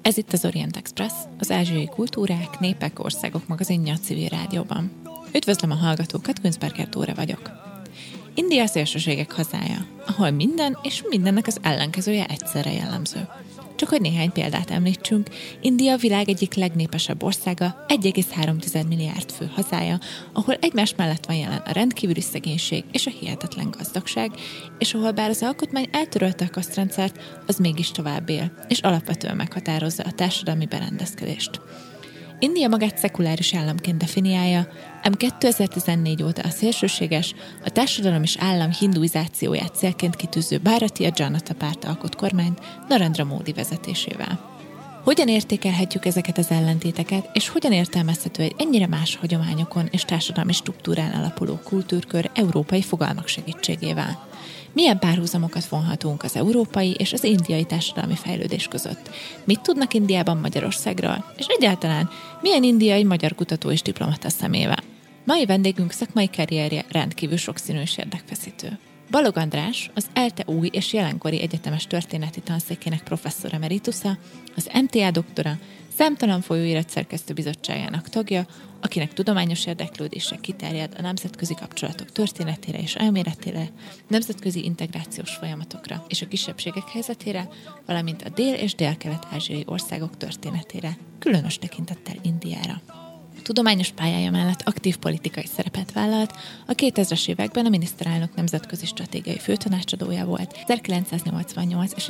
Ez itt az Orient Express, az ázsiai kultúrák, népek, országok magazinja a Civil Rádióban. Üdvözlöm a hallgatókat, Günzberger Dóra vagyok. India a szélsőségek hazája, ahol minden és mindennek az ellenkezője egyszerre jellemző. Csak hogy néhány példát említsünk, India a világ egyik legnépesebb országa, 1,3 milliárd fő hazája, ahol egymás mellett van jelen a rendkívüli szegénység és a hihetetlen gazdagság, és ahol bár az alkotmány eltörölte a kasztrendszert, az mégis tovább él, és alapvetően meghatározza a társadalmi berendezkedést. India magát szekuláris államként definiálja, ám 2014 óta a szélsőséges, a társadalom és állam hinduizációját célként kitűző Bharatiya Janata párt alkot kormányt Narendra Modi vezetésével. Hogyan értékelhetjük ezeket az ellentéteket, és hogyan értelmezhető egy ennyire más hagyományokon és társadalmi struktúrán alapuló kultúrkör európai fogalmak segítségével? Milyen párhuzamokat vonhatunk az európai és az indiai társadalmi fejlődés között? Mit tudnak Indiában Magyarországról? És egyáltalán milyen indiai magyar kutató és diplomata szemével? Mai vendégünk szakmai karrierje rendkívül sokszínű és érdekfeszítő. Balogh András, az ELTE új és jelenkori egyetemes történeti tanszékének professzor emeritusa, az MTA doktora, számtalan folyóirat szerkesztő bizottságának tagja, akinek tudományos érdeklődése kiterjed a nemzetközi kapcsolatok történetére és elméletére, nemzetközi integrációs folyamatokra és a kisebbségek helyzetére, valamint a dél- és dél-kelet-ázsiai országok történetére, különös tekintettel Indiára. Tudományos pályája mellett aktív politikai szerepet vállalt, a 2000-es években a miniszterelnök nemzetközi stratégiai főtanácsadója volt 1988 és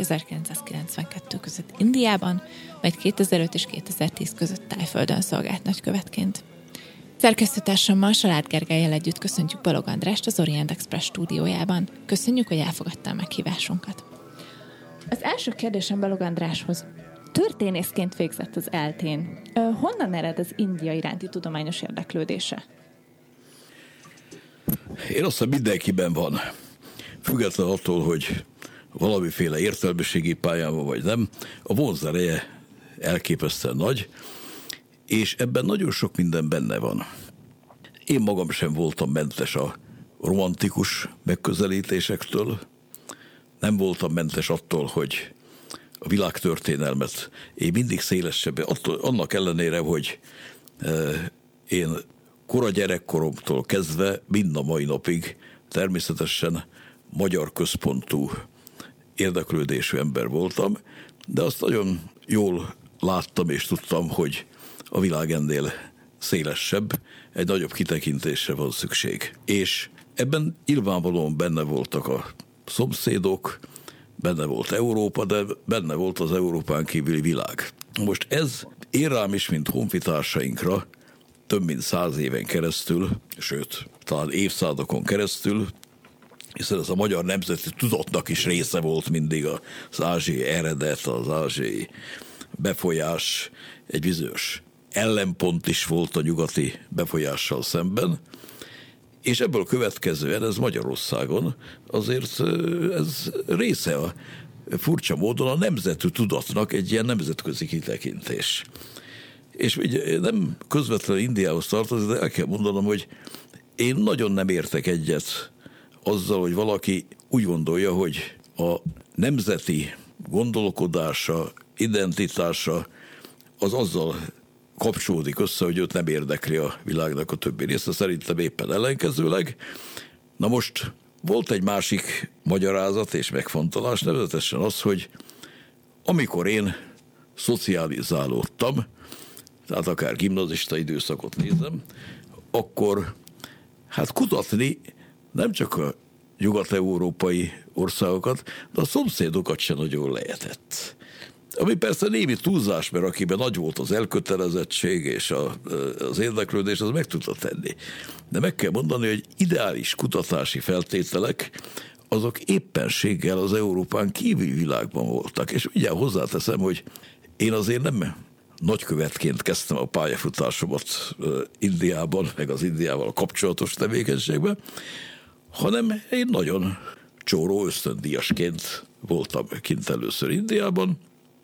1992 között Indiában, majd 2005 és 2010 között Tájföldön szolgált nagykövetként. Szerkesztőtársammal, Salád Gergellyel együtt köszöntjük Balogh Andrást az Orient Express stúdiójában. Köszönjük, hogy elfogadta a meghívásunkat. Az első kérdésem Balogh Andráshoz. Történészként végzett az ELTE-n. Honnan ered az India iránti tudományos érdeklődése? Én azt hiszem, mindenkiben van. Független attól, hogy valamiféle értelmiségi pályán van, vagy nem, a vonzereje elképesztően nagy, és ebben nagyon sok minden benne van. Én magam sem voltam mentes a romantikus megközelítésektől, nem voltam mentes attól, hogy a világtörténelmet én mindig szélesebben, annak ellenére, hogy én kora gyerekkoromtól kezdve mind a mai napig természetesen magyar központú érdeklődésű ember voltam, de azt nagyon jól láttam és tudtam, hogy a világ ennél szélesebb, egy nagyobb kitekintésre van szükség. És ebben nyilvánvalóan benne voltak a szomszédok, benne volt Európa, de benne volt az Európán kívüli világ. Most ez én rám is, mint honfitársainkra több mint 100 éven keresztül, sőt, talán évszázadokon keresztül, hiszen ez a magyar nemzeti tudatnak is része volt mindig az ázsiai eredet, az ázsiai befolyás, egy bizonyos ellenpont is volt a nyugati befolyással szemben, és ebből következően ez Magyarországon azért ez része a furcsa módon a nemzeti tudatnak egy ilyen nemzetközi kitekintés. És ugye nem közvetlenül Indiához tartozik, de el kell mondanom, hogy én nagyon nem értek egyet azzal, hogy valaki úgy gondolja, hogy a nemzeti gondolkodása, identitása az azzal kapcsolódik össze, hogy őt nem érdekli a világnak a többi része, szerintem éppen ellenkezőleg. Na most volt egy másik magyarázat és megfontolás, nevezetesen az, hogy amikor én szocializálódtam, tehát akár gimnazista időszakot nézem, akkor hát kutatni nem csak a nyugat-európai országokat, de a szomszédokat sem nagyon lehetett. Ami persze némi túlzás, mert akiben nagy volt az elkötelezettség és az érdeklődés, az meg tudta tenni. De meg kell mondani, hogy ideális kutatási feltételek azok éppenséggel az Európán kívüli világban voltak. És ugye hozzáteszem, hogy én azért nem nagykövetként kezdtem a pályafutásomat Indiában, meg az Indiával kapcsolatos tevékenységben, hanem én nagyon csóró ösztöndíjasként voltam kint először Indiában,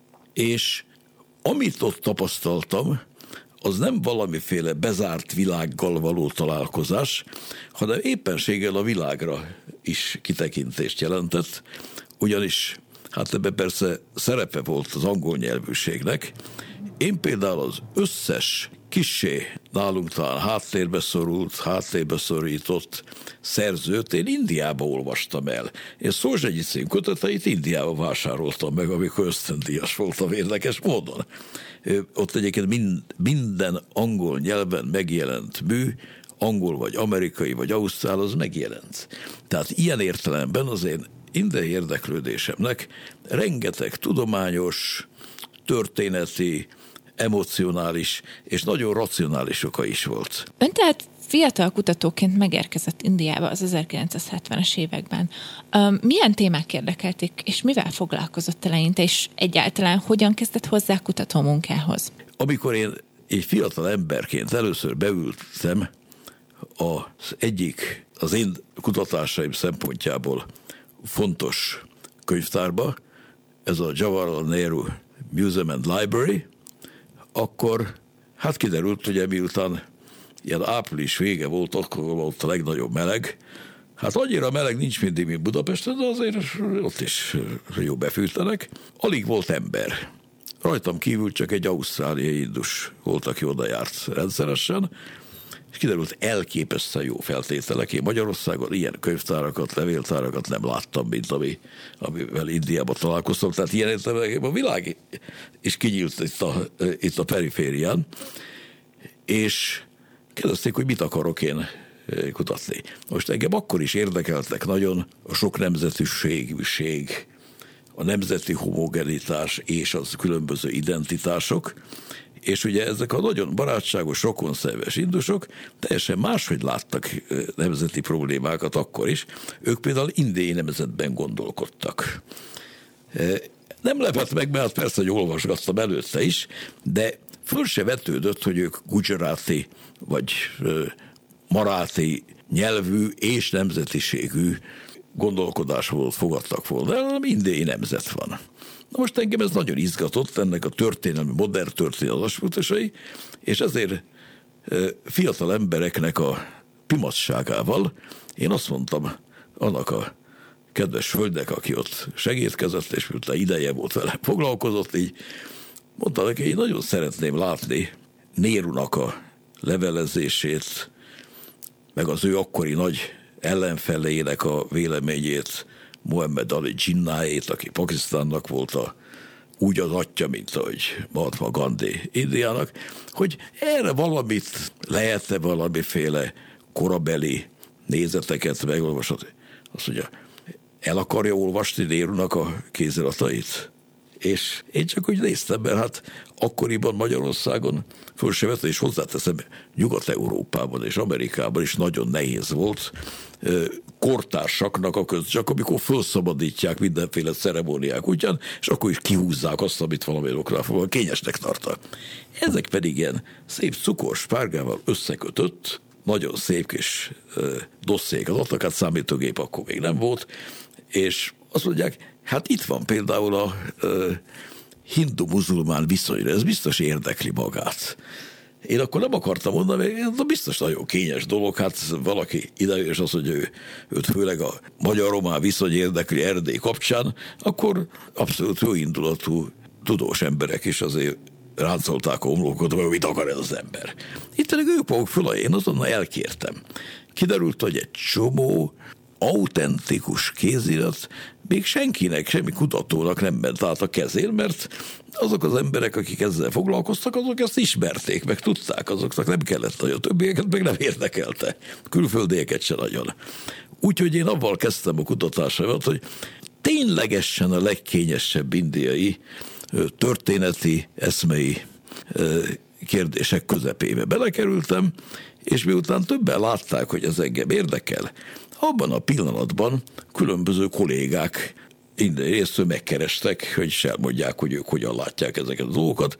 és amit ott tapasztaltam, az nem valamiféle bezárt világgal való találkozás, hanem éppenséggel a világra is kitekintést jelentett, ugyanis Hát ebben persze szerepe volt az angol nyelvűségnek. Én például az összes kissé nálunk talán háttérbe szorított szerzőt én Indiába olvastam el. Én Szolzsenyicin köteteit Indiába vásároltam meg, amikor ösztöndíjas voltam érdekes módon. Ott egyébként minden angol nyelven megjelent mű, angol vagy amerikai vagy ausztrál, az megjelent. Tehát ilyen értelemben az én indiai érdeklődésemnek rengeteg tudományos, történeti, emocionális és nagyon racionális oka is volt. Ön tehát fiatal kutatóként megérkezett Indiába az 1970-es években. Milyen témák érdekelték, és mivel foglalkozott eleinte, és egyáltalán hogyan kezdett hozzá kutatómunkához? Amikor én egy fiatal emberként először beültem az én kutatásaim szempontjából fontos könyvtárba, ez a Jawaharlal Nehru Museum and Library, akkor hát kiderült, hogy miután ilyen április vége volt, akkor volt a legnagyobb meleg. Hát annyira meleg nincs mindig, mint Budapesten, de azért ott is jó befűtenek. Alig volt ember. Rajtam kívül csak egy ausztráliai indus volt, aki oda járt rendszeresen, és kiderült, elképesztően jó feltételek. Én Magyarországon ilyen könyvtárakat, levéltárakat nem láttam, mint amivel Indiában találkoztam. Tehát ilyen értelemben a világ is kinyílt itt a periférián, és kérdezték, hogy mit akarok én kutatni. Most engem akkor is érdekeltek nagyon a sok nemzetűségűség, a nemzeti homogenitás és az különböző identitások, és ugye ezek a nagyon barátságos, rokonszenves indusok teljesen máshogy láttak nemzeti problémákat akkor is. Ők például indiai nemzetben gondolkodtak. Nem lepett meg, mert persze, hogy olvasgattam előtte is, de föl se vetődött, hogy ők gujarati vagy maráti nyelvű és nemzetiségű gondolkodásból fogadtak volna, hanem indiai nemzet van. Na most engem ez nagyon izgatott, ennek a modern történelmi aspektusai, és ezért fiatal embereknek a pimasságával én azt mondtam annak a kedves hölgynek, aki ott segítkezett, és miután ideje volt vele foglalkozott, így mondta neki, én nagyon szeretném látni Nehrunak a levelezését, meg az ő akkori nagy ellenfelének a véleményét, Muhammad Ali Jinnahét, aki Pakisztánnak volt úgy az atya, mint ahogy Mahatma Gandhi Indiának, hogy erre valamit lehet-e valamiféle korabeli nézeteket megolvasni. Azt mondja, el akarja olvasni Nehrunak a kéziratait? És én csak úgy néztem, mert hát akkoriban Magyarországon föl se vette, és hozzáteszem, Nyugat-Európában és Amerikában is nagyon nehéz volt kortársaknak a köz, csak amikor felszabadítják mindenféle ceremóniák útján, és akkor is kihúzzák azt, amit valami oknál fogva kényesnek tartak. Ezek pedig ilyen szép cukors párgával összekötött, nagyon szép kis dosszékat adtak, hát számítógép akkor még nem volt, és azt mondják, hát itt van például a hindu-muzulmán viszonyra, ez biztos érdekli magát. Én akkor nem akartam mondani, mert ez biztos nagyon kényes dolog, hát valaki idejön, és azt mondja, őt főleg a magyar-román viszony érdekli Erdély kapcsán, akkor abszolút jó indulatú tudós emberek is azért ráncolták a homlokokat, hogy mit akar ez az ember. Itt pedig ők maguk föl, én azonnal elkértem. Kiderült, hogy egy csomó autentikus kézirat még senkinek, semmi kutatónak nem ment át a kezén, mert azok az emberek, akik ezzel foglalkoztak, azok ezt ismerték, meg tudták, azoknak nem kellett nagyon, többieket meg nem érdekelte. Külföldieket se nagyon. Úgyhogy én avval kezdtem a kutatásomat, hogy ténylegesen a legkényesebb indiai történeti, eszmei kérdések közepébe belekerültem, és miután többen látták, hogy ez engem érdekel, abban a pillanatban különböző kollégák innen részről megkerestek, hogy is elmondják, hogy ők hogyan látják ezeket a dolgokat.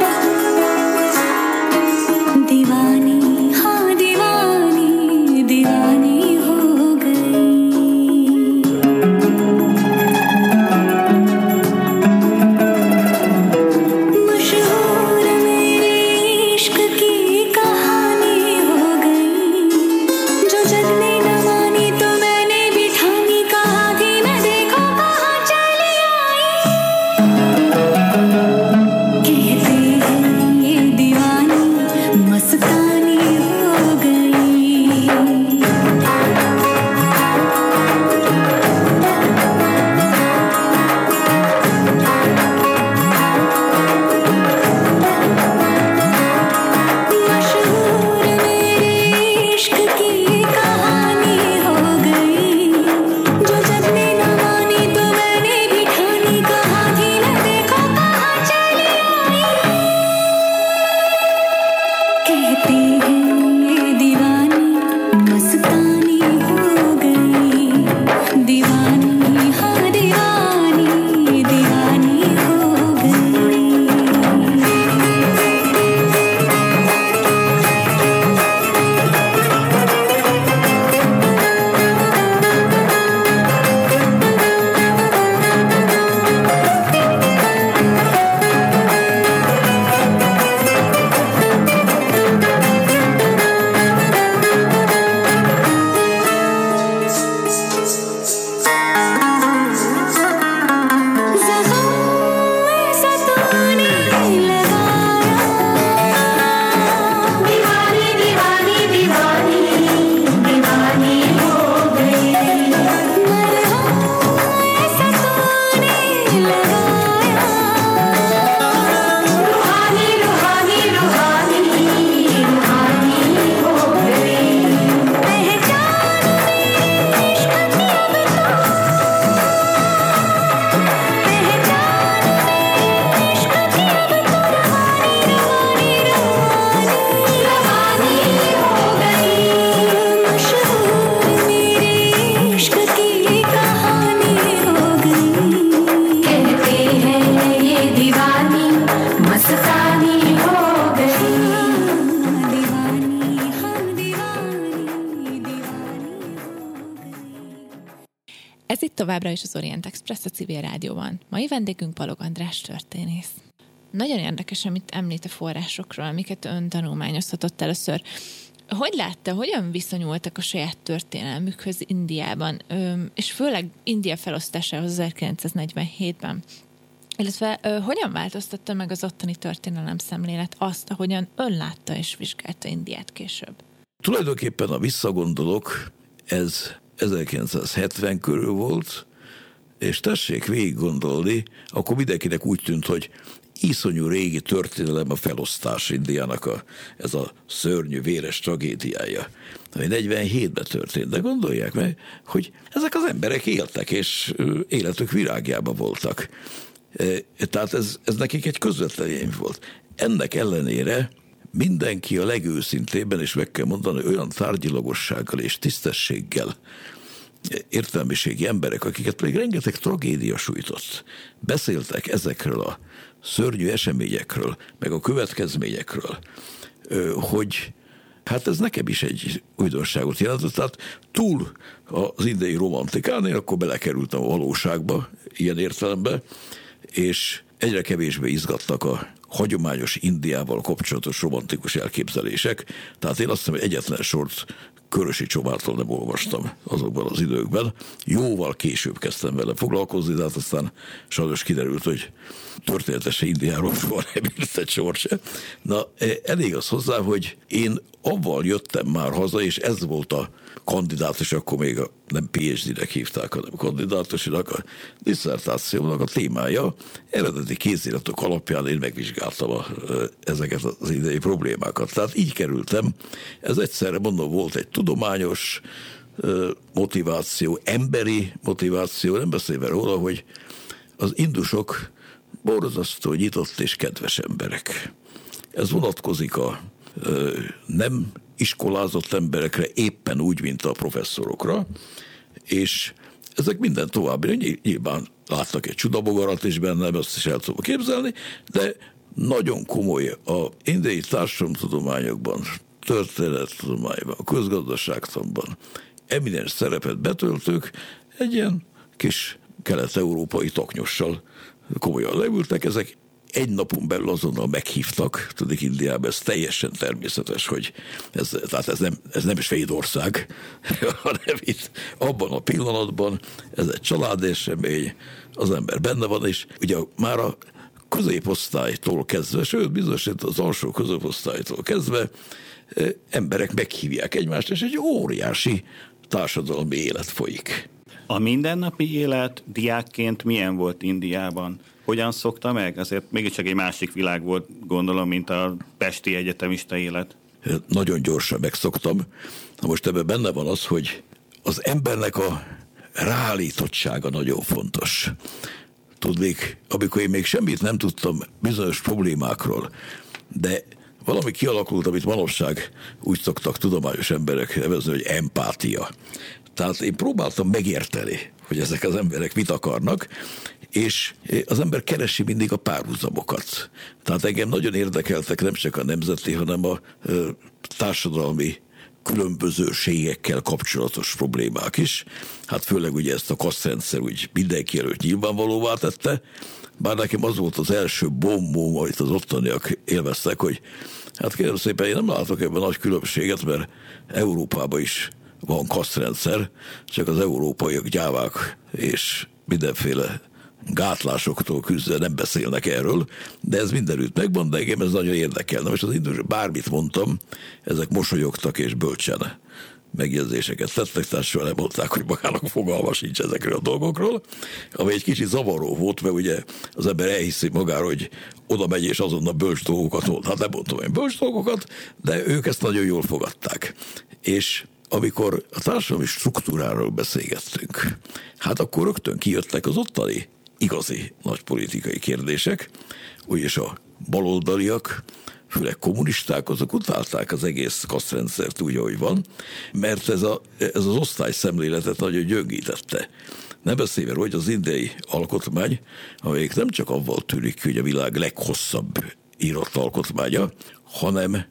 दीवानी हाँ दीवानी दीवानी továbbra is az Orient Express a Civil Rádióban. Mai vendégünk Balogh András történész. Nagyon érdekes, amit említ a forrásokról, amiket ön tanulmányozhatott először. Hogy látta, hogyan viszonyultak a saját történelmükhöz Indiában, és főleg India felosztásához 1947-ben? Illetve hogyan változtatta meg az ottani történelemszemlélet azt, ahogyan ön látta és vizsgálta Indiát később? Tulajdonképpen, ha visszagondolok, ez 1970 körül volt, és tessék végig gondolni, akkor mindenkinek úgy tűnt, hogy iszonyú régi történelem a felosztás Indiának ez a szörnyű, véres tragédiája, ami 47-ben történt. De gondolják meg, hogy ezek az emberek éltek, és életük virágjában voltak. Tehát ez nekik egy közvetlen élmény volt. Ennek ellenére mindenki a legőszintébben, és meg kell mondani, olyan tárgyilagossággal és tisztességgel, értelmiségi emberek, akiket pedig rengeteg tragédia sújtott, beszéltek ezekről a szörnyű eseményekről, meg a következményekről, hogy hát ez nekem is egy újdonságot jelentett. Tehát túl az indiai romantikán, én akkor belekerültem a valóságba, ilyen értelemben, és egyre kevésbé izgattak a hagyományos Indiával kapcsolatos romantikus elképzelések. Tehát én azt hiszem, hogy egyetlen sort Körösi Csomától nem olvastam azokban az időkben. Jóval később kezdtem vele foglalkozni, de hát aztán sajnos kiderült, hogy történetesen Indiáról soha nem írt egy sor se. Na, elég az hozzá, hogy én avval jöttem már haza, és ez volt a kandidátus, akkor még nem PhD-nek hívták, hanem kandidátusinak, a disszertációnak a témája. Eredeti kéziratok alapján én megvizsgáltam ezeket az idei problémákat. Tehát így kerültem. Ez egyszerre, mondom, volt egy tudományos motiváció, emberi motiváció, nem beszélve róla, hogy az indusok borzasztó nyitott és kedves emberek. Ez vonatkozik a nem iskolázott emberekre éppen úgy, mint a professzorokra, és ezek minden további, nyilván láttak egy csudabogarat is benne, azt is el tudom képzelni, de nagyon komoly a indiai társadalomtudományokban, történettudományban, közgazdaságtanban eminens szerepet betöltők egy ilyen kis kelet-európai taknyossal komolyan leültek, ezek egy napon belül azonnal meghívtak, tudik Indiában, ez teljesen természetes, hogy ez nem Svédország, hanem itt abban a pillanatban ez egy családesemény, az ember benne van, és ugye már a középosztálytól kezdve, sőt bizonyos az alsó középosztálytól kezdve emberek meghívják egymást, és egy óriási társadalmi élet folyik. A mindennapi élet diákként milyen volt Indiában? Hogyan szokta meg? Azért mégiscsak egy másik világ volt, gondolom, mint a pesti egyetemista élet. Nagyon gyorsan megszoktam. Na most ebben benne van az, hogy az embernek a ráállítottsága nagyon fontos. Tudnék, amikor én még semmit nem tudtam bizonyos problémákról, de valami kialakult, amit manapság úgy szoktak tudományos emberek nevezni, hogy empátia. Tehát én próbáltam megérteni, hogy ezek az emberek mit akarnak, és az ember keresi mindig a párhuzamokat. Tehát engem nagyon érdekeltek nem csak a nemzeti, hanem a társadalmi különbözőségekkel kapcsolatos problémák is. Hát főleg ugye ezt a kasztrendszer úgy mindenki előtt nyilvánvalóvá tette, bár nekem az volt az első bombóm, amit az ottaniak élveztek, hogy hát kérem szépen, én nem látok ebben nagy különbséget, mert Európában is van kasztrendszer, csak az európaiak gyávák és mindenféle gátlásoktól küzdve nem beszélnek erről, de ez mindenütt megvan, de engem ez nagyon érdekel. Na most az indusok, bármit mondtam, ezek mosolyogtak és bölcsen megjegyzéseket tettek, tehát soha nem mondták, hogy magának fogalma sincs ezekről a dolgokról, ami egy kicsit zavaró volt, mert ugye az ember elhiszi magára, hogy oda megy és azonnal bölcs dolgokat mond. Hát nem mondtam én bölcs dolgokat, de ők ezt nagyon jól fogadták. És amikor a társadalmi struktúráról beszélgettünk, hát akkor rögtön kijöttek az ottani igazi nagy politikai kérdések, úgyis a baloldaliak, főleg kommunisták, azok utálták az egész kasztrendszert úgy, ahogy van, mert ez az osztályszemléletet nagyon gyöngítette. Nem beszélve, hogy az indiai alkotmány, amelyik nem csak avval tűnik, hogy a világ leghosszabb írott alkotmánya, hanem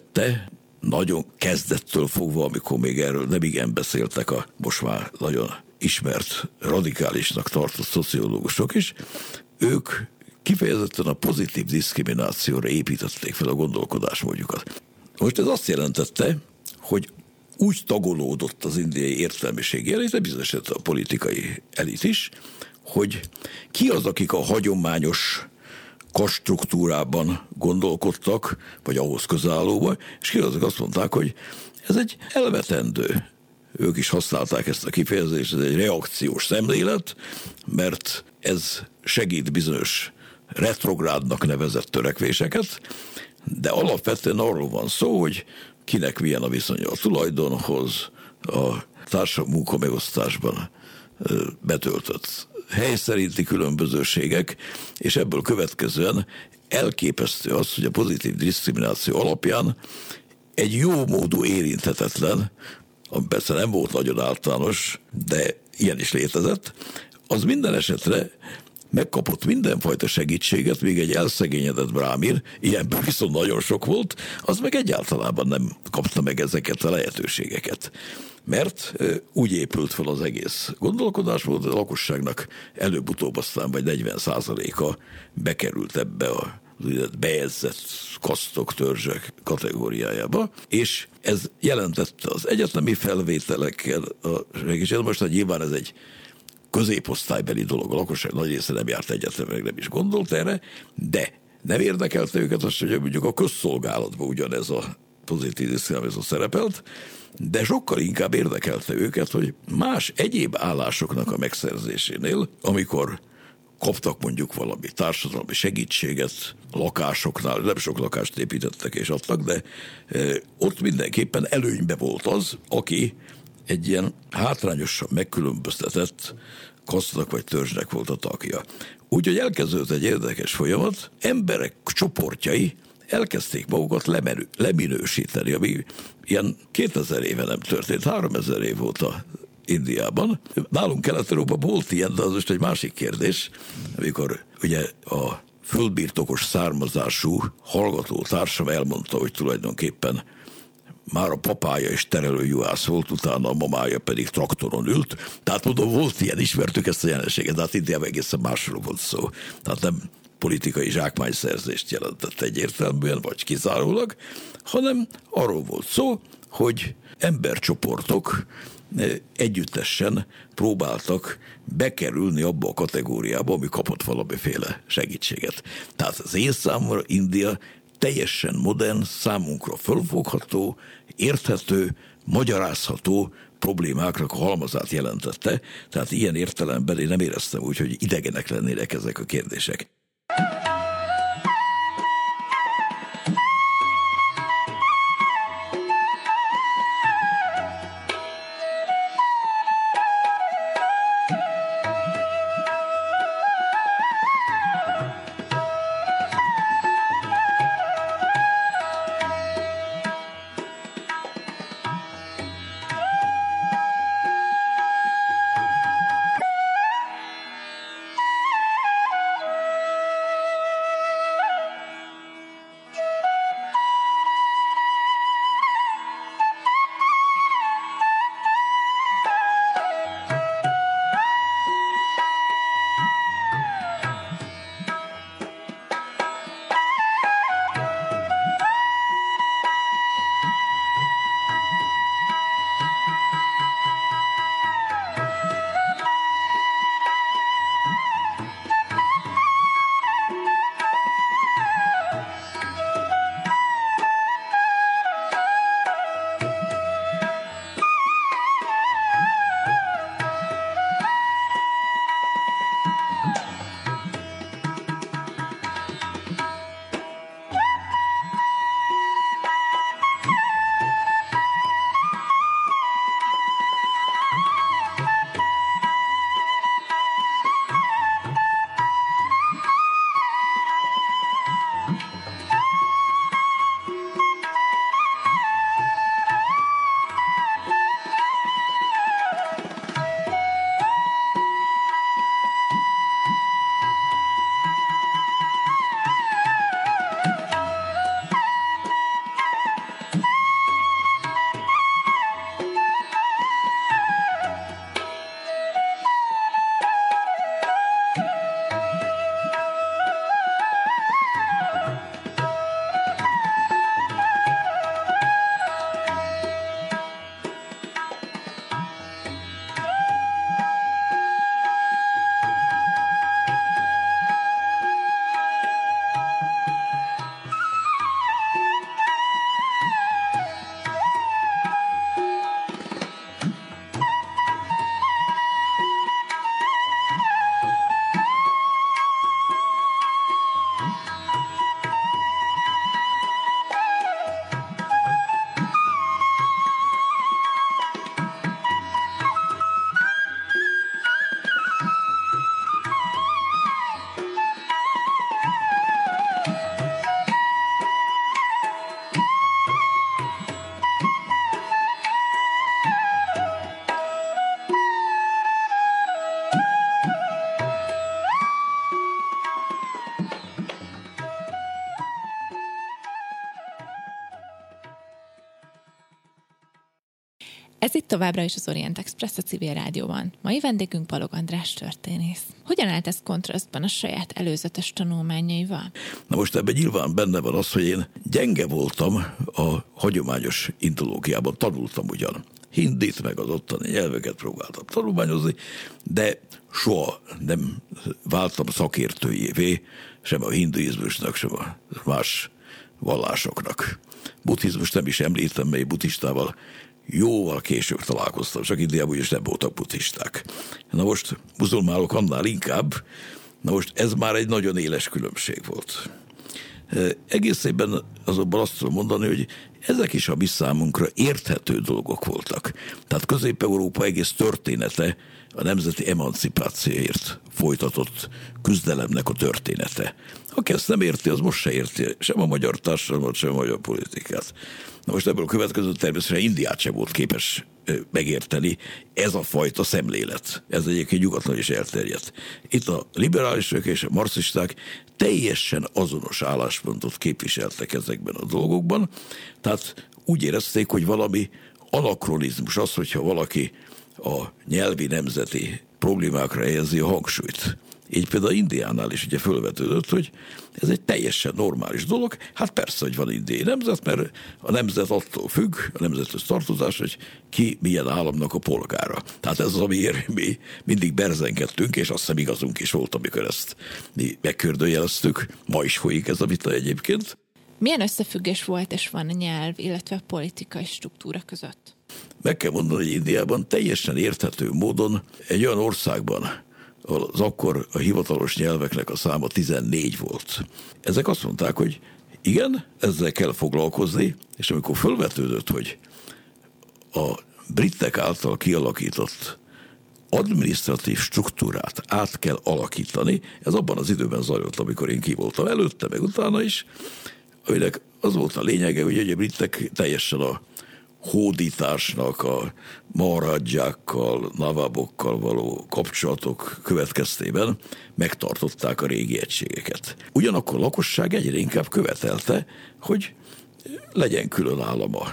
bevezette nagyon kezdettől fogva, amikor még erről nem igen beszéltek a most már nagyon ismert radikálisnak tartott szociológusok is, ők kifejezetten a pozitív diszkriminációra építették fel a gondolkodásmódjukat. Most ez azt jelentette, hogy úgy tagolódott az indiai értelmiségi elit, de bizonyos a politikai elit is, hogy ki az, akik a hagyományos kaststruktúrában gondolkodtak, vagy ahhoz közállóban, és ki azok azt mondták, hogy ez egy elvetendő. Ők is használták ezt a kifejezést, ez egy reakciós szemlélet, mert ez segít bizonyos retrográdnak nevezett törekvéseket, de alapvetően arról van szó, hogy kinek milyen a viszonya a tulajdonhoz, a társadalmi munkamegosztásban betöltött hely szerinti különbözőségek, és ebből következően elképesztő az, hogy a pozitív diszkrimináció alapján egy jó módú érinthetetlen, ami persze nem volt nagyon általános, de ilyen is létezett, az minden esetre megkapott mindenfajta segítséget, még egy elszegényedett brámír, ilyenből viszont nagyon sok volt, az meg egyáltalában nem kapta meg ezeket a lehetőségeket. Mert úgy épült fel az egész gondolkodásmód, hogy a lakosságnak előbb-utóbb aztán vagy 40%-a bekerült ebbe a bejegyzett kasztok, törzsek kategóriájába, és ez jelentette az egyetemi felvételekkel a segítséget. Most hát nyilván ez egy középosztálybeli dolog, a lakosság nagy része nem járt egyetemre, meg nem is gondolt erre, de nem érdekelte őket azt, hogy mondjuk a közszolgálatban ugyanez a pozitív diszkrimináció szerepelt, de sokkal inkább érdekelte őket, hogy más egyéb állásoknak a megszerzésénél, amikor kaptak mondjuk valami társadalmi segítséget lakásoknál, nem sok lakást építettek és adtak, de ott mindenképpen előnybe volt az, aki egy ilyen hátrányosan megkülönböztetett kasztnak vagy törzsnek volt a tagja. Úgyhogy elkezdődött egy érdekes folyamat, emberek csoportjai elkezdték magukat leminősíteni, ami ilyen 2000 éve nem történt, 3000 év óta Indiában. Nálunk Kelet-Európában volt ilyen, de az most egy másik kérdés, amikor ugye a földbirtokos származású hallgató társam elmondta, hogy tulajdonképpen már a papája is terelőjuhász volt, utána a mamája pedig traktoron ült. Tehát mondom, volt ilyen, ismertük ezt a jelenséget, de hát Indiában egészen másról volt szó. Tehát nem politikai zsákmányszerzést jelentett egyértelműen, vagy kizárólag, hanem arról volt szó, hogy embercsoportok együttesen próbáltak bekerülni abba a kategóriába, ami kapott valamiféle segítséget. Tehát az én számomra India teljesen modern, számunkra fölfogható, érthető, magyarázható problémáknak a halmazát jelentette, tehát ilyen értelemben én nem éreztem úgy, hogy idegenek lennének ezek a kérdések. Ez itt továbbra is az Orient Express a Civil Rádióban. Mai vendégünk Balogh András történész. Hogyan állt ez kontrasztban a saját előzetes tanulmányaival? Na most ebben nyilván benne van az, hogy én gyenge voltam a hagyományos indológiában. Tanultam ugyan hindit, meg az ottani nyelveket próbáltam tanulmányozni, de soha nem váltam szakértőjévé, sem a hinduizmusnak, sem a más vallásoknak. Buddhizmus nem is említem, mely buddhistával jóval később találkoztam, csak Indiában úgyis nem voltak buddhisták. Na most muzulmánok annál inkább, na most ez már egy nagyon éles különbség volt. Egészében azonban azt tudom mondani, hogy ezek is a mi számunkra érthető dolgok voltak. Tehát Közép-Európa egész története a nemzeti emancipációért folytatott küzdelemnek a története. Aki ezt nem érti, az most se érti sem a magyar társadalmat, sem a magyar politikát. Na most ebből a következő természetesen Indiát sem volt képes megérteni ez a fajta szemlélet. Ez egyébként nyugaton is elterjedt. Itt a liberálisok és a marxisták teljesen azonos álláspontot képviseltek ezekben a dolgokban, tehát úgy érezték, hogy valami anakronizmus az, hogyha valaki a nyelvi nemzeti problémákra helyezi a hangsúlyt. Így például Indiánál is ugye fölvetődött, hogy ez egy teljesen normális dolog. Hát persze, hogy van indiai nemzet, mert a nemzet attól függ, a nemzethez tartozás, hogy ki milyen államnak a polgára. Tehát ez az, amiért mi mindig berzenkedtünk, és azt hiszem igazunk is volt, amikor ezt mi megkérdőjeleztük. Ma is folyik ez a vita egyébként. Milyen összefüggés volt és van a nyelv, illetve a politikai struktúra között? Meg kell mondani, hogy Indiában teljesen érthető módon egy olyan országban, az akkor a hivatalos nyelveknek a száma 14 volt. Ezek azt mondták, hogy igen, ezzel kell foglalkozni, és amikor fölvetődött, hogy a britek által kialakított adminisztratív struktúrát át kell alakítani, ez abban az időben zajlott, amikor én ki voltam előtte, meg utána is, aminek az volt a lényege, hogy a britek teljesen a hódításnak, a maharadzsákkal, navabokkal való kapcsolatok következtében megtartották a régi egységeket. Ugyanakkor a lakosság egyre inkább követelte, hogy legyen külön állama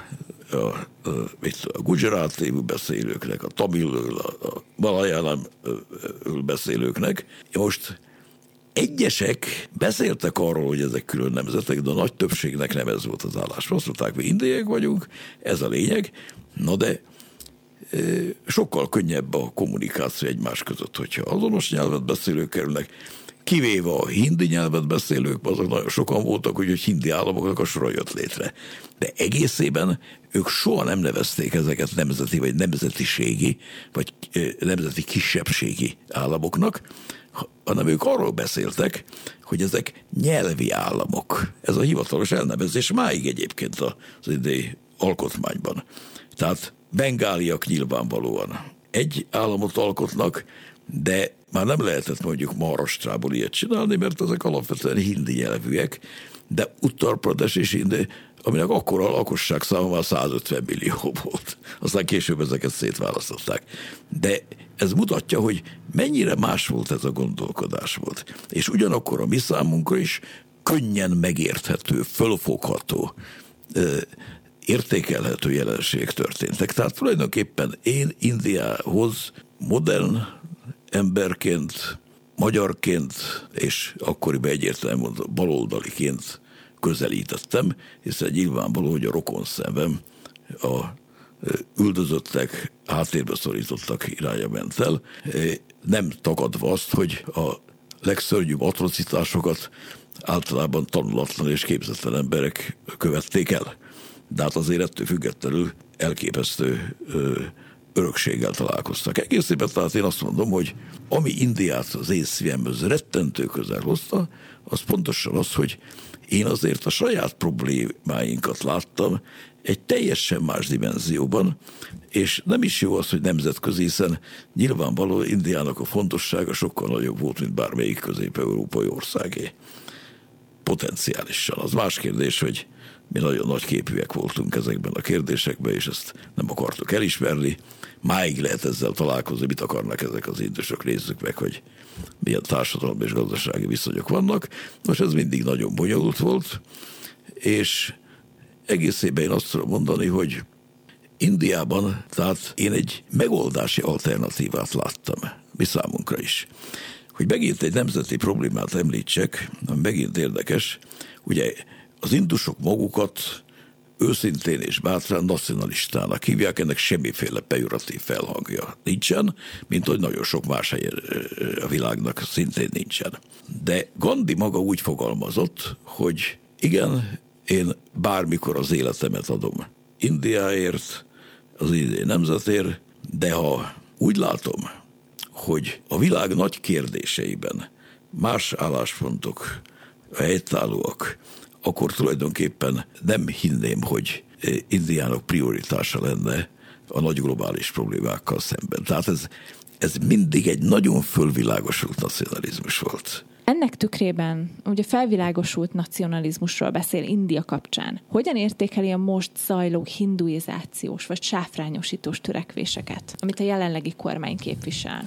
a gujarati beszélőknek, a tamilről, a malayalam beszélőknek. Most egyesek beszéltek arról, hogy ezek külön nemzetek, de a nagy többségnek nem ez volt az állás. Azt mondták, mi indiaiak vagyunk, ez a lényeg, na de sokkal könnyebb a kommunikáció egymás között, hogyha azonos nyelvet beszélők kerülnek, kivéve a hindi nyelvet beszélők, azok nagyon sokan voltak, hogy hindi államoknak a sora jött létre. De egészében ők soha nem nevezték ezeket nemzeti vagy nemzetiségi, vagy nemzeti kisebbségi államoknak, hanem ők arról beszéltek, hogy ezek nyelvi államok. Ez a hivatalos elnevezés máig egyébként az indiai alkotmányban. Tehát bengáliak nyilvánvalóan egy államot alkotnak, de már nem lehetett mondjuk Maharashtrából ilyet csinálni, mert ezek alapvetően hindi nyelvűek, de Uttar Pradesh és hindi, aminek akkora a lakosság száma már 150 millió volt. Aztán később ezeket szétválasztották. De ez mutatja, hogy mennyire más volt ez a gondolkodás volt. És ugyanakkor a mi számunkra is könnyen megérthető, fölfogható, értékelhető jelenségek történtek. Tehát tulajdonképpen én Indiához modern emberként, magyarként, és akkoriban egyértelműen mondom, baloldaliként közelítettem, hiszen nyilvánvaló, hogy a rokonszemem a üldözöttek, háttérbe szorítottak irányba ment el, nem tagadva azt, hogy a legszörnyűbb atrocitásokat általában tanulatlan és képzetlen emberek követték el. De hát azért ettől függetlenül elképesztő örökséggel találkoztak. Egészében tehát én azt mondom, hogy ami Indiát az én szívemhez rettentő közel hozta, az pontosan az, hogy én azért a saját problémáinkat láttam egy teljesen más dimenzióban, és nem is jó az, hogy nemzetközi, hiszen nyilvánvaló Indiának a fontossága sokkal nagyobb volt, mint bármelyik közép-európai országé. Potenciálisan. Az más kérdés, hogy mi nagyon nagy képűek voltunk ezekben a kérdésekben, és ezt nem akartuk elismerni. Máig lehet ezzel találkozni, mit akarnak ezek az indusok, nézzük meg, hogy milyen társadalmi és gazdasági viszonyok vannak. Most ez mindig nagyon bonyolult volt, és egészében én azt tudom mondani, hogy Indiában, tehát én egy megoldási alternatívát láttam, mi számunkra is. Hogy megint egy nemzeti problémát említsek, ami megint érdekes, ugye az indusok magukat őszintén és bátran nacionalistának hívják, ennek semmiféle pejoratív felhangja nincsen, mint hogy nagyon sok más helyen a világnak szintén nincsen. De Gandhi maga úgy fogalmazott, hogy igen, én bármikor az életemet adom Indiáért, az indiai nemzetért, de ha úgy látom, hogy a világ nagy kérdéseiben más álláspontok helytállóak, akkor tulajdonképpen nem hinném, hogy Indiának prioritása lenne a nagy globális problémákkal szemben. Tehát ez mindig egy nagyon fölvilágosult nacionalizmus volt. Ennek tükrében ugye felvilágosult nacionalizmusról beszél India kapcsán. Hogyan értékeli a most zajló hinduizációs vagy sáfrányosítós törekvéseket, amit a jelenlegi kormány képvisel?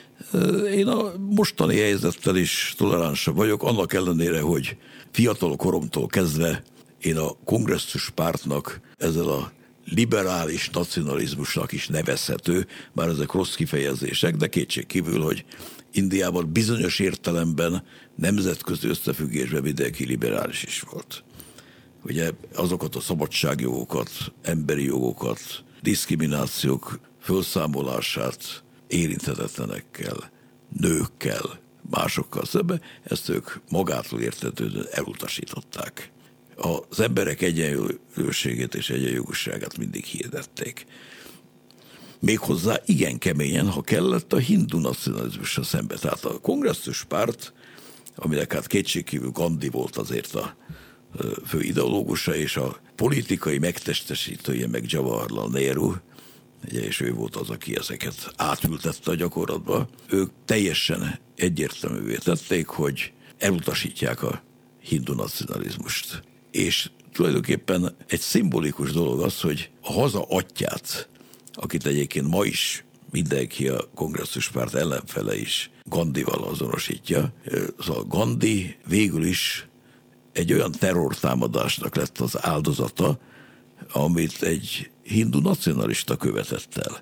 Én a mostani helyzettel is toleránsabb vagyok, annak ellenére, hogy fiatal koromtól kezdve én a kongresszus pártnak ezzel a liberális nacionalizmusnak is nevezhető, bár ezek rossz kifejezések, de kétségkívül, hogy Indiában bizonyos értelemben nemzetközi összefüggésben mindenki liberális is volt. Ugye azokat a szabadságjogokat, emberi jogokat, diszkriminációk felszámolását érinthetetlenekkel, nőkkel, másokkal szemben, ezt ők magától értetődően elutasították. Az emberek egyenlőségét és egyenjogúságát mindig hirdették. Méghozzá igen keményen, ha kellett, a hindu nacionalizmusra szembe. Tehát a kongresszus párt, aminek hát kétségkívül Gandhi volt azért a fő ideológusa, és a politikai megtestesítője meg Jawaharlal Nehru, és ő volt az, aki ezeket átültette a gyakorlatba. Ők teljesen egyértelművé tették, hogy elutasítják a hindu nacionalizmust. És tulajdonképpen egy szimbolikus dolog az, hogy a haza atyját, akit egyébként ma is mindenki a kongresszuspárt ellenfele is Gandhival azonosítja, szóval Gandhi végül is egy olyan terrortámadásnak lett az áldozata, amit egy hindu nacionalista követett el.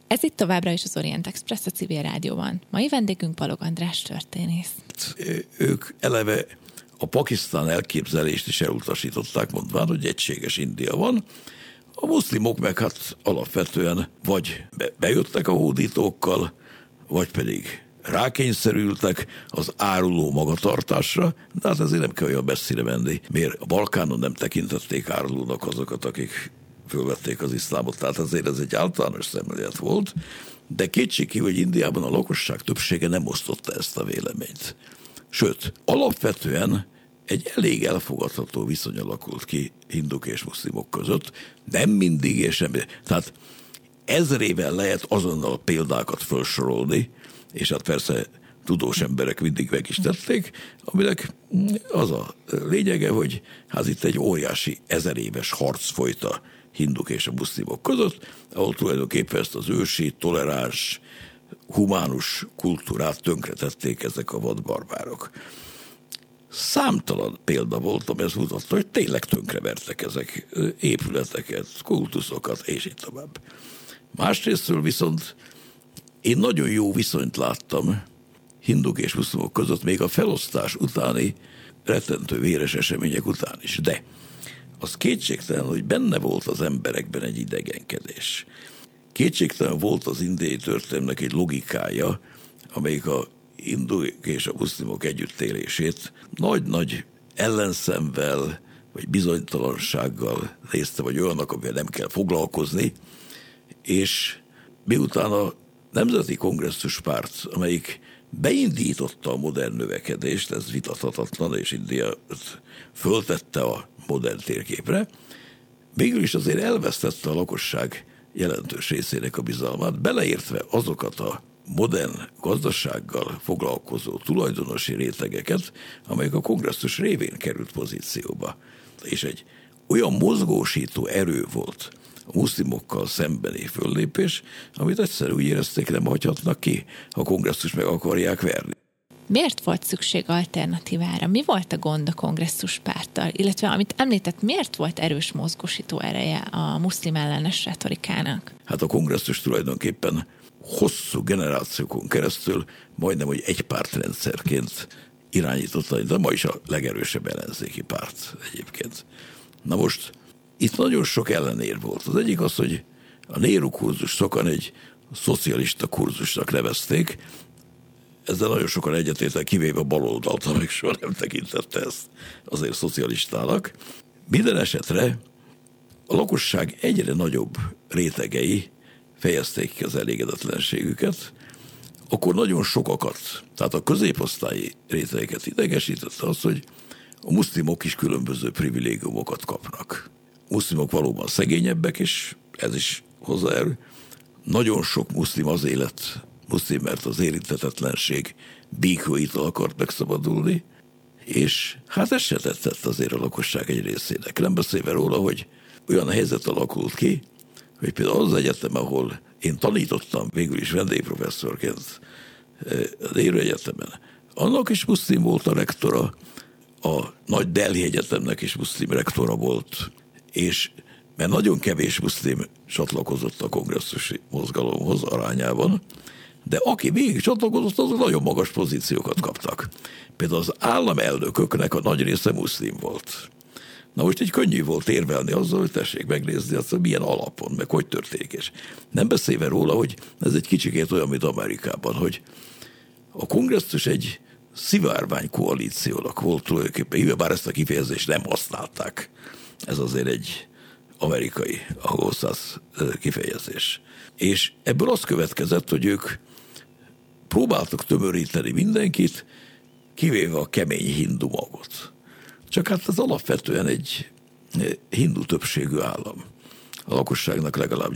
Ez itt továbbra is az Orient Express a Civil Rádióban. Mai vendégünk Balogh András történész. Ők eleve a Pakisztán elképzelést is elutasították, mondván, hogy egységes India van. A muszlimok meg hát alapvetően vagy bejöttek a hódítókkal, vagy pedig rákényszerültek az áruló magatartásra, de hát ezért nem kell olyan messzire menni. Miért a Balkánon nem tekintették árulónak azokat, akik fölvették az iszlámot, tehát ezért ez egy általános szemlélet volt, de kétségkívül, hogy Indiában a lakosság többsége nem osztotta ezt a véleményt. Sőt, alapvetően egy elég elfogadható viszony alakult ki hinduk és muszlimok között, nem mindig és nem. Tehát ezrével lehet azonnal példákat felsorolni, és hát persze tudós emberek mindig meg is tették, aminek az a lényege, hogy hát itt egy óriási 1000 éves harc folyt a hinduk és a muszlimok között, ahol tulajdonképpen ezt az ősi, toleráns, humánus kultúrát tönkretették ezek a vadbarbárok. Számtalan példa volt, ami azt mutatta, hogy tényleg tönkrevertek ezek épületeket, kultuszokat, és így tovább. Másrésztről viszont én nagyon jó viszonyt láttam hinduk és muszlimok között, még a felosztás utáni rettentő véres események után is. De az kétségtelen, hogy benne volt az emberekben egy idegenkedés. Kétségtelen volt az indiai történelemnek egy logikája, amelyik a hinduk és a muszlimok együttélését nagy-nagy ellenszemvel, vagy bizonytalansággal nézte, vagy olyannak, amivel nem kell foglalkozni, és miután a Nemzeti Kongresszus Párt, amelyik beindította a modern növekedést, ez vitathatatlan, és India föltette a modern térképre, végül is azért elvesztette a lakosság jelentős részének a bizalmát, beleértve azokat a modern gazdasággal foglalkozó tulajdonosi rétegeket, amelyek a kongresszus révén került pozícióba. És egy olyan mozgósító erő volt a muszlimokkal szembeni föllépés, amit egyszerűen úgy érezték, nem hagyhatnak ki, ha a kongresszus meg akarják verni. Miért volt szükség alternatívára? Mi volt a gond a kongresszus párttal? Illetve, amit említett, miért volt erős mozgósító ereje a muszlim ellenes retorikának? Hát a kongresszus tulajdonképpen hosszú generációkon keresztül majdnem, hogy egypártrendszerként irányította, de ma is a legerősebb ellenzéki párt egyébként. Na most itt nagyon sok ellenér volt. Az egyik az, hogy a Nehru kurzus sokan egy szocialista kurzusnak nevezték, ezzel nagyon sokan egyetértek, kivéve a baloldalt, amelyik soha nem tekintette ezt azért szocialistának. Minden esetre a lakosság egyre nagyobb rétegei fejezték ki az elégedetlenségüket, akkor nagyon sokakat, tehát a középosztályi rétegeket idegesítette az, hogy a muszlimok is különböző privilégiumokat kapnak. A muszlimok valóban szegényebbek, és ez is hozzájárul. Nagyon sok muszlim azért lett muszlim, mert az érintetetlenség békőitől akart megszabadulni, és hát ez se tetszett azért a lakosság egy részének. Nem beszélve róla, hogy olyan helyzet alakult ki, hogy például az egyetem, ahol én tanítottam végül is vendégprofesszorként a Nehru Egyetemen, annak is muszlim volt a rektora, a Nagy Delhi Egyetemnek is muszlim rektora volt, és mert nagyon kevés muszlim csatlakozott a kongresszusi mozgalomhoz arányában, de aki végig csatlakozott, azok nagyon magas pozíciókat kaptak. Például az államelnököknek a nagy része muszlim volt. Na most így könnyű volt érvelni azzal, hogy tessék megnézni azt, hogy milyen alapon, meg hogy történik. És nem beszélve róla, hogy ez egy kicsikét olyan, mint Amerikában, hogy a kongresszus egy szivárvány koalíciónak volt tulajdonképpen, bár ezt a kifejezést nem használták. Ez azért egy amerikai angolszász kifejezés. És ebből az következett, hogy ők próbáltak tömöríteni mindenkit, kivéve a kemény hindu magot. Csak hát ez alapvetően egy hindu többségű állam. A lakosságnak legalább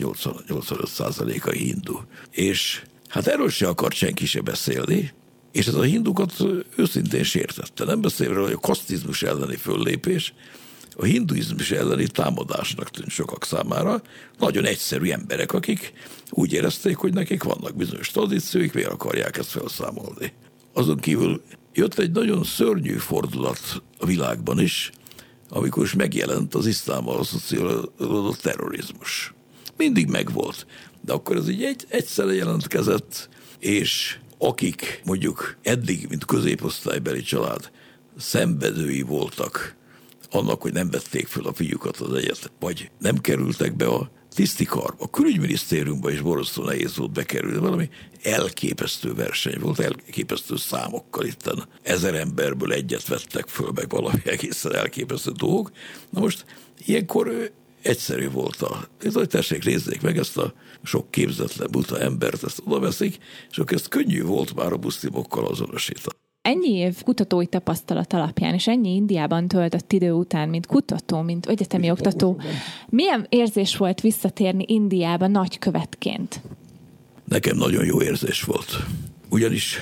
85%-a hindu. És hát erről se akart senki se beszélni, és ez a hindukat őszintén sértette. Nem beszélve, hogy a kasztizmus elleni föllépés a hinduizmus elleni támadásnak tűnt sokak számára. Nagyon egyszerű emberek, akik úgy érezték, hogy nekik vannak bizonyos tradícióik, miért akarják ezt felszámolni. Azon kívül jött egy nagyon szörnyű fordulat a világban is, amikor is megjelent az iszlámmal asszociálódott terrorizmus. mindig megvolt. De akkor ez így egyszerre jelentkezett, és akik mondjuk eddig, mint középosztálybeli család, szenvedői voltak annak, hogy nem vették föl a fiúkat az egyetem, vagy nem kerültek be a tisztikarba. A külügyminisztériumba is borzasztó nehéz volt bekerülni. Valami elképesztő verseny volt, elképesztő számokkal itten. 1000 emberből egyet vettek föl, meg valami egészen elképesztő dolgok. Na most ilyenkor egyszerű volt hogy tessék, nézzék meg ezt a sok képzetlen buta embert, ezt oda veszik, és akkor ezt könnyű volt már a muszlimokkal azonosítani. Ennyi év kutatói tapasztalat alapján, és ennyi Indiában töltött idő után, mint kutató, mint egyetemi oktató, milyen érzés volt visszatérni Indiába nagykövetként? Nekem nagyon jó érzés volt. Ugyanis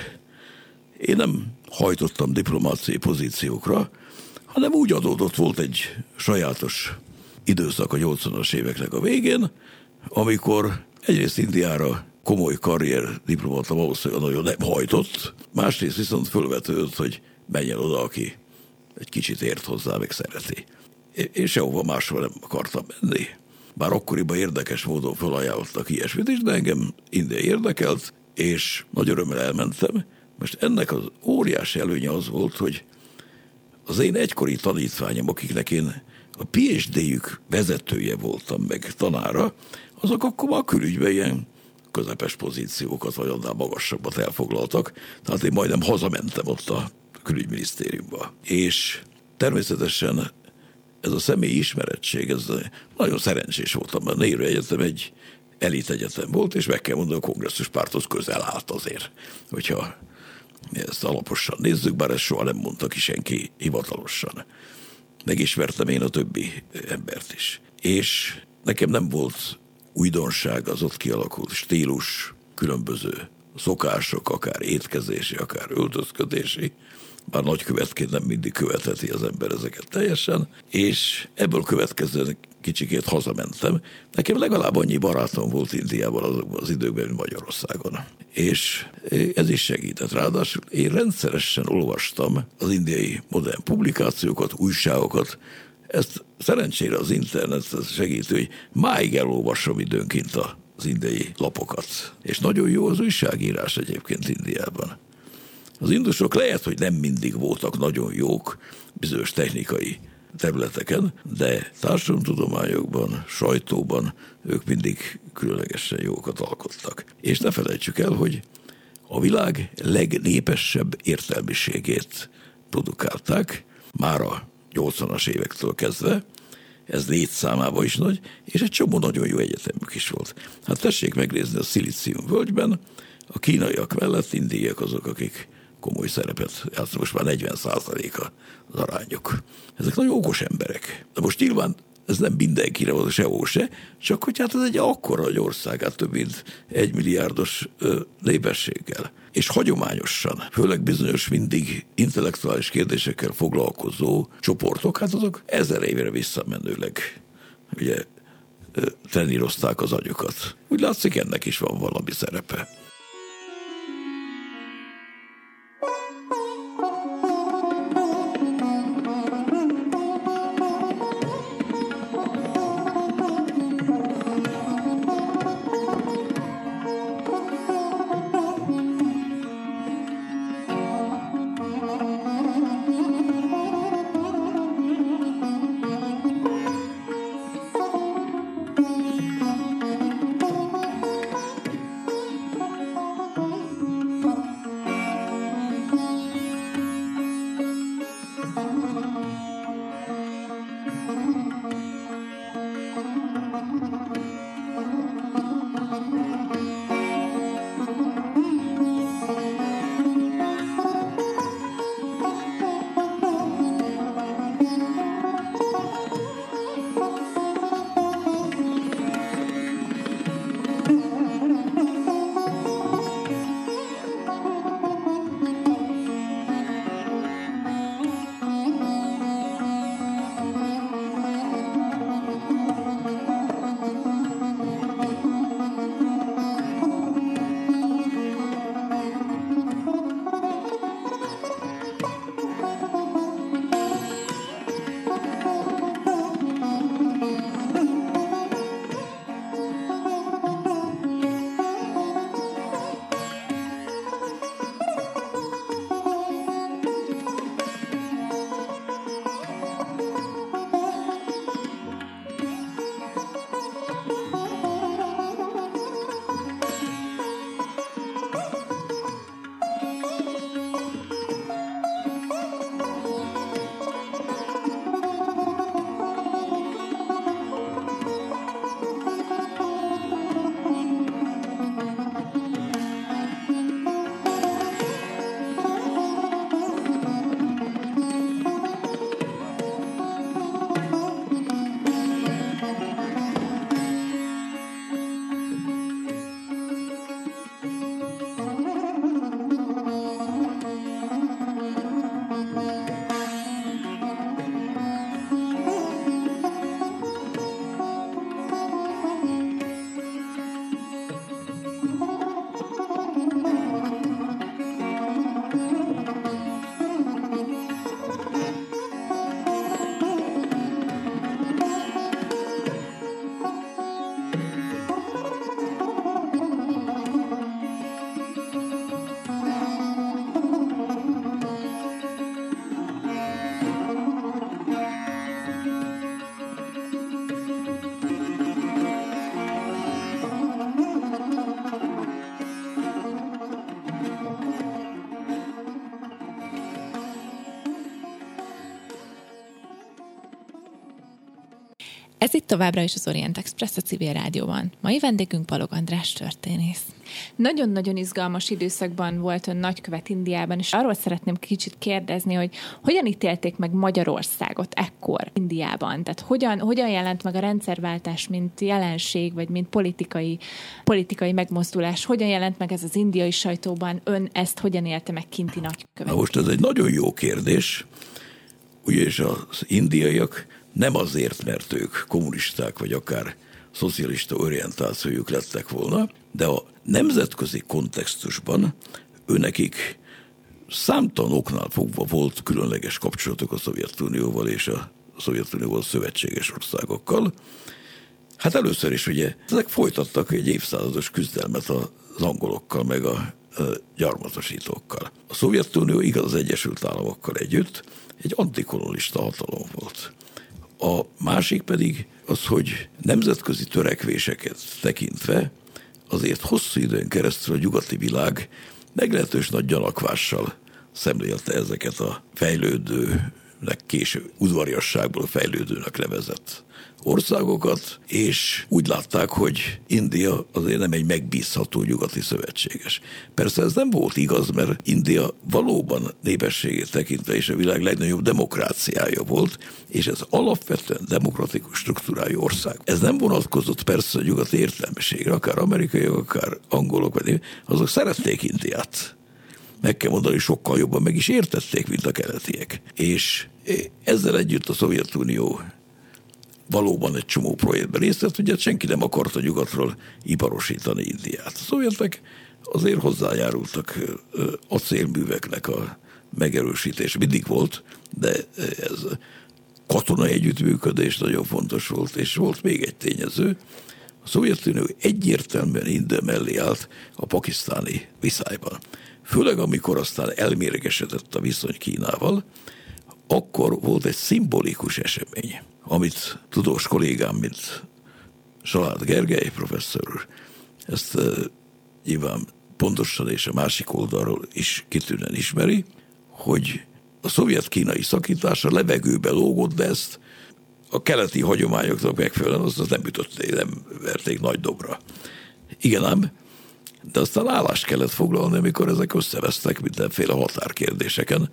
én nem hajtottam diplomáciai pozíciókra, hanem úgy adódott, volt egy sajátos időszak a 80-as éveknek a végén, amikor egyrészt Indiára komoly karrier diplomata valószínűleg nagyon nem hajtott, másrészt viszont fölvetődött, hogy menjen oda, aki egy kicsit ért hozzá, meg szereti. Én sehova máshol nem akartam menni. Bár akkoriban érdekes módon felajánlottak ilyesmit is, de engem India érdekelt, és nagy örömmel elmentem. Most ennek az óriási előnye az volt, hogy az én egykori tanítványom, akiknek én a PhD-jük vezetője voltam, meg tanára, azok akkor már külügyben ilyen közepes pozíciókat, vagy annál magasabbat elfoglaltak. Tehát én majdnem hazamentem ott a külügyminisztériumba. És természetesen ez a személyi ismerettség, ez nagyon szerencsés voltam, mert Nehru Egyetem egy elit egyetem volt, és meg kell mondani, a Kongresszus Párthoz közel állt azért, hogyha ezt alaposan nézzük, bár ezt soha nem mondta ki senki hivatalosan. Megismertem én a többi embert is. És nekem nem volt újdonság az ott kialakult stílus, különböző szokások, akár étkezési, akár öltözködési, bár nagykövetként nem mindig követheti az ember ezeket teljesen, és ebből következően kicsikét hazamentem. Nekem legalább annyi barátom volt Indiában azokban az időkben, mint Magyarországon. És ez is segített. Ráadásul én rendszeresen olvastam az indiai modern publikációkat, újságokat. Ezt szerencsére az internet segítő, hogy máig elolvasom időnként az indiai lapokat. És nagyon jó az újságírás egyébként Indiában. Az indusok lehet, hogy nem mindig voltak nagyon jók bizonyos technikai területeken, de társadalomtudományokban, sajtóban ők mindig különlegesen jókat alkottak. És ne felejtsük el, hogy a világ legnépesebb értelmiségét produkálták, már a 80-as évektől kezdve, ez létszámában is nagy, és egy csomó nagyon jó egyetemük is volt. Hát tessék megnézni a Szilícium völgyben, a kínaiak mellett indiaiak azok, akik komoly szerepet játszanak, most már 40% az arányok. Ezek nagyon okos emberek. De most nyilván ez nem mindenkire van, sehol se, csak hogy hát ez egy akkora egy ország, hát több mint 1 milliárdos népességgel. És hagyományosan, főleg bizonyos mindig intellektuális kérdésekkel foglalkozó csoportok, hát azok 1000 évre visszamenőleg ugye trenírozták az agyukat. Úgy látszik, ennek is van valami szerepe. Ez itt továbbra is az Orient Express a Civil Rádióban. Mai vendégünk Balogh András történész. Nagyon-nagyon izgalmas időszakban volt ön nagykövet Indiában, és arról szeretném kicsit kérdezni, hogy hogyan ítélték meg Magyarországot ekkor Indiában? Tehát hogyan jelent meg a rendszerváltás, mint jelenség, vagy mint politikai megmozdulás? Hogyan jelent meg ez az indiai sajtóban? Ön ezt hogyan élte meg kinti nagykövet? Na most ez egy nagyon jó kérdés, ugyanis az indiaiak nem azért, mert ők kommunisták, vagy akár szocialista orientációjuk lettek volna, de a nemzetközi kontextusban őnekik számtalan oknál fogva volt különleges kapcsolatok a Szovjetunióval és a Szovjetunióval szövetséges országokkal. Hát először is ugye ezek folytattak egy évszázados küzdelmet az angolokkal, meg a gyarmatosítókkal. A Szovjetunió, igaz, az Egyesült Államokkal együtt egy antikolonista hatalom volt. A másik pedig az, hogy nemzetközi törekvéseket tekintve azért hosszú időn keresztül a nyugati világ meglehetős nagy gyanakvással szemlélte ezeket a fejlődőnek, később udvariasságból fejlődőnek nevezett országokat, és úgy látták, hogy India azért nem egy megbízható nyugati szövetséges. Persze ez nem volt igaz, mert India valóban népességét tekintve is a világ legnagyobb demokráciája volt, és ez alapvetően demokratikus struktúrájú ország. Ez nem vonatkozott persze a nyugati értelmiségre, akár amerikaiak, akár angolok, azok szerették Indiát. Meg kell mondani, sokkal jobban meg is értették, mint a keletiek. És ezzel együtt a Szovjetunió valóban egy csomó projektben részt vett, ugye senki nem akarta nyugatról iparosítani Indiát. A szovjetek azért hozzájárultak acélműveknek a megerősítés. Mindig volt, de ez katonai együttműködés nagyon fontos volt, és volt még egy tényező. A Szovjetunió egyértelműen India mellé állt a pakisztáni viszályban. Főleg amikor aztán elméregesedett a viszony Kínával, akkor volt egy szimbolikus esemény, amit tudós kollégám, mint Salád Gergely professzor úr, ezt nyilván pontosan és a másik oldalról is kitűnően ismeri, hogy a szovjet-kínai szakítás a levegőbe lógott, de ezt a keleti hagyományoknak megfelelően azt nem ütötték, nem verték nagy dobra. Igen ám, de aztán állást kellett foglalni, amikor ezek összevesztek mindenféle határkérdéseken,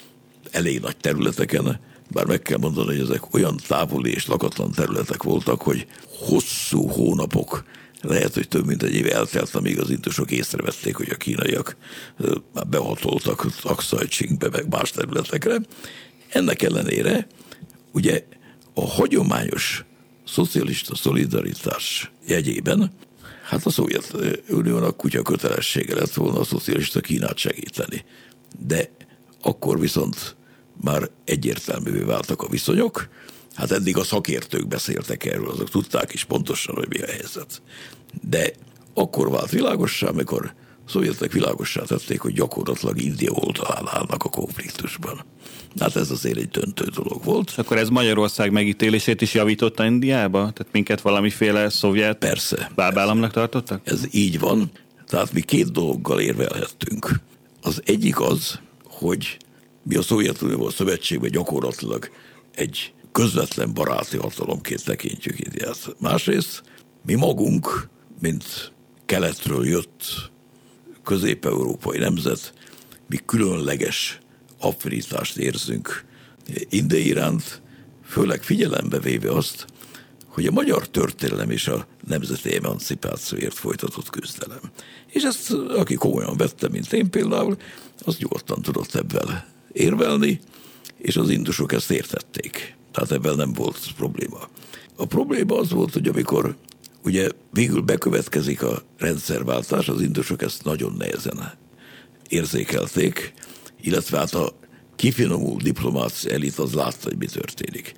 elég nagy területeken, bár meg kell mondani, hogy ezek olyan távoli és lakatlan területek voltak, hogy hosszú hónapok, lehet, hogy több mint egy év eltelt, amíg az indusok észrevették, hogy a kínaiak már behatoltak Akszajcsingbe, meg más területekre. Ennek ellenére ugye a hagyományos szocialista szolidaritás jegyében hát a Szovjetuniónak kutya kötelessége lett volna a szocialista Kínát segíteni. De akkor viszont már egyértelművé váltak a viszonyok, hát eddig a szakértők beszéltek erről, azok tudták is pontosan, hogy mi a helyzet. De akkor vált világossá, amikor a szovjetek világossá tették, hogy gyakorlatilag India oldalán állnak a konfliktusban. Hát ez azért egy döntő dolog volt. Akkor ez Magyarország megítélését is javította Indiába? Tehát minket valamiféle szovjet persze, bábállamnak tartottak? Ez így van. Tehát mi két dologgal érvelhettünk. Az egyik az, hogy mi a Szovjetunióval szövetségben gyakorlatilag egy közvetlen baráti hatalomként tekintjük Indiát. Másrészt mi magunk, mint keletről jött közép-európai nemzet, mi különleges affinitást érzünk India iránt, főleg figyelembe véve azt, hogy a magyar történelem és a nemzeti emancipációért folytatott küzdelem. És ezt, aki komolyan vette, mint én például, az nyugodtan tudott ebben érvelni, és az indusok ezt értették. Tehát ebben nem volt probléma. A probléma az volt, hogy amikor ugye végül bekövetkezik a rendszerváltás, az indusok ezt nagyon nehezen érzékelték, illetve hát a kifinomult diplomácia elit az látta, hogy mi történik.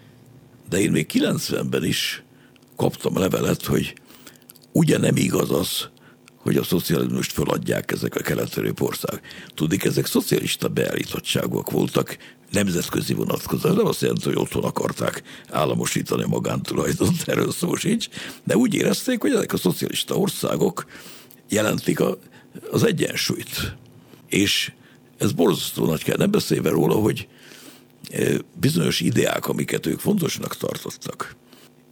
De én még 90-ben is kaptam levelet, hogy ugye nem igaz az, hogy a szocializmust feladják ezek a kelet-európai országok. Tudik, ezek szocialista beállítottságok voltak, nemzetközi vonatkozás. Nem azt jelenti, hogy otthon akarták államosítani a magántulajdont, erről szó sincs, de úgy érezték, hogy ezek a szocialista országok jelentik az egyensúlyt. És ez borzasztó nagy kell, nem beszélve róla, hogy bizonyos ideák, amiket ők fontosnak tartottak,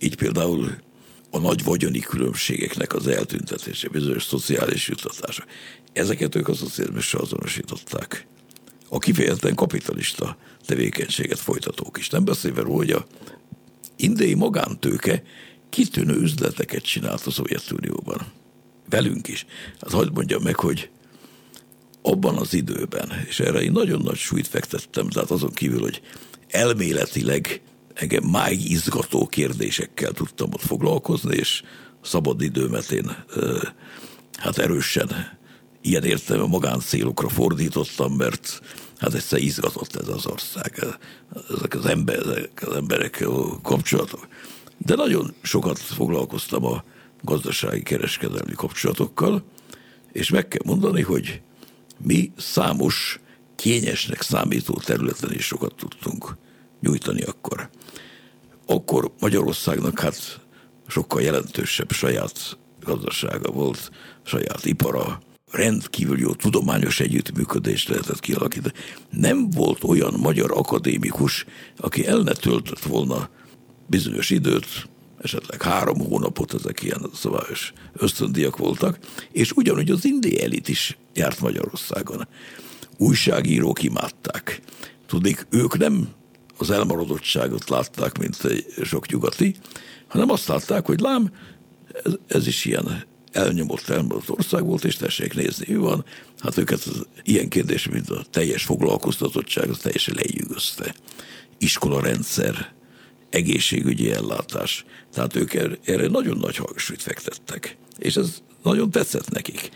így például a nagy vagyoni különbségeknek az eltüntetése, bizonyos szociális juttatása. Ezeket ők a szocializmussal azonosították. A kifejezetten kapitalista tevékenységet folytatók is. Nem beszélve róla, hogy a indiai magántőke kitűnő üzleteket csinált a Szovjetunióban. Velünk is. Hát hagyd mondjam meg, hogy abban az időben, és erre én nagyon nagy súlyt fektettem, tehát azon kívül, hogy elméletileg engem máig izgató kérdésekkel tudtam ott foglalkozni, és szabad időmet én hát erősen ilyen értelemben magáncélokra fordítottam, mert hát egyszer izgatott ez az ország, ezek az emberekkel kapcsolatok. De nagyon sokat foglalkoztam a gazdasági kereskedelmi kapcsolatokkal, és meg kell mondani, hogy mi számos kényesnek számító területen is sokat tudtunk nyújtani akkor. Akkor Magyarországnak hát sokkal jelentősebb saját gazdasága volt, saját ipara, rendkívül jó tudományos együttműködést lehetett kialakítani. Nem volt olyan magyar akadémikus, aki el ne töltött volna bizonyos időt, esetleg 3 hónapot, ezek ilyen szabályos ösztöndíjak voltak, és ugyanúgy az indiai elit is járt Magyarországon. Újságírók imádták. Tudnék, ők nem az elmaradottságot látták, mint egy sok nyugati, hanem azt látták, hogy lám, ez is ilyen elnyomott ország volt, és tessék nézni, mi van. Hát őket az ilyen kérdés, mint a teljes foglalkoztatottság, az teljesen lenyűgözte. Iskolarendszer, egészségügyi ellátás. Tehát ők erre nagyon nagy hangsúlyt fektettek. És ez nagyon tetszett nekik.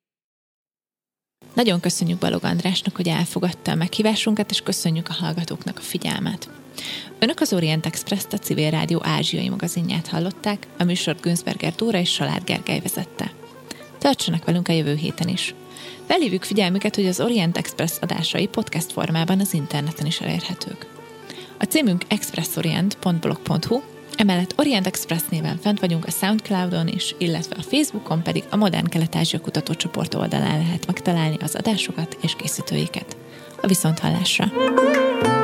Nagyon köszönjük Balog Andrásnak, hogy elfogadta a meghívásunkat, és köszönjük a hallgatóknak a figyelmet. Önök az Orient Express-t, a Civil Rádió ázsiai magazinját hallották, a műsort Günzberger Dóra és Salád Gergely vezette. Tartsanak velünk a jövő héten is. Felhívjuk figyelmüket, hogy az Orient Express adásai podcast formában az interneten is elérhetők. A címünk expressorient.blog.hu, emellett Orient Express néven fent vagyunk a Soundcloudon is, illetve a Facebookon pedig a Modern Kelet-Ázsia kutatócsoport oldalán lehet megtalálni az adásokat és készítőiket. A viszonthallásra!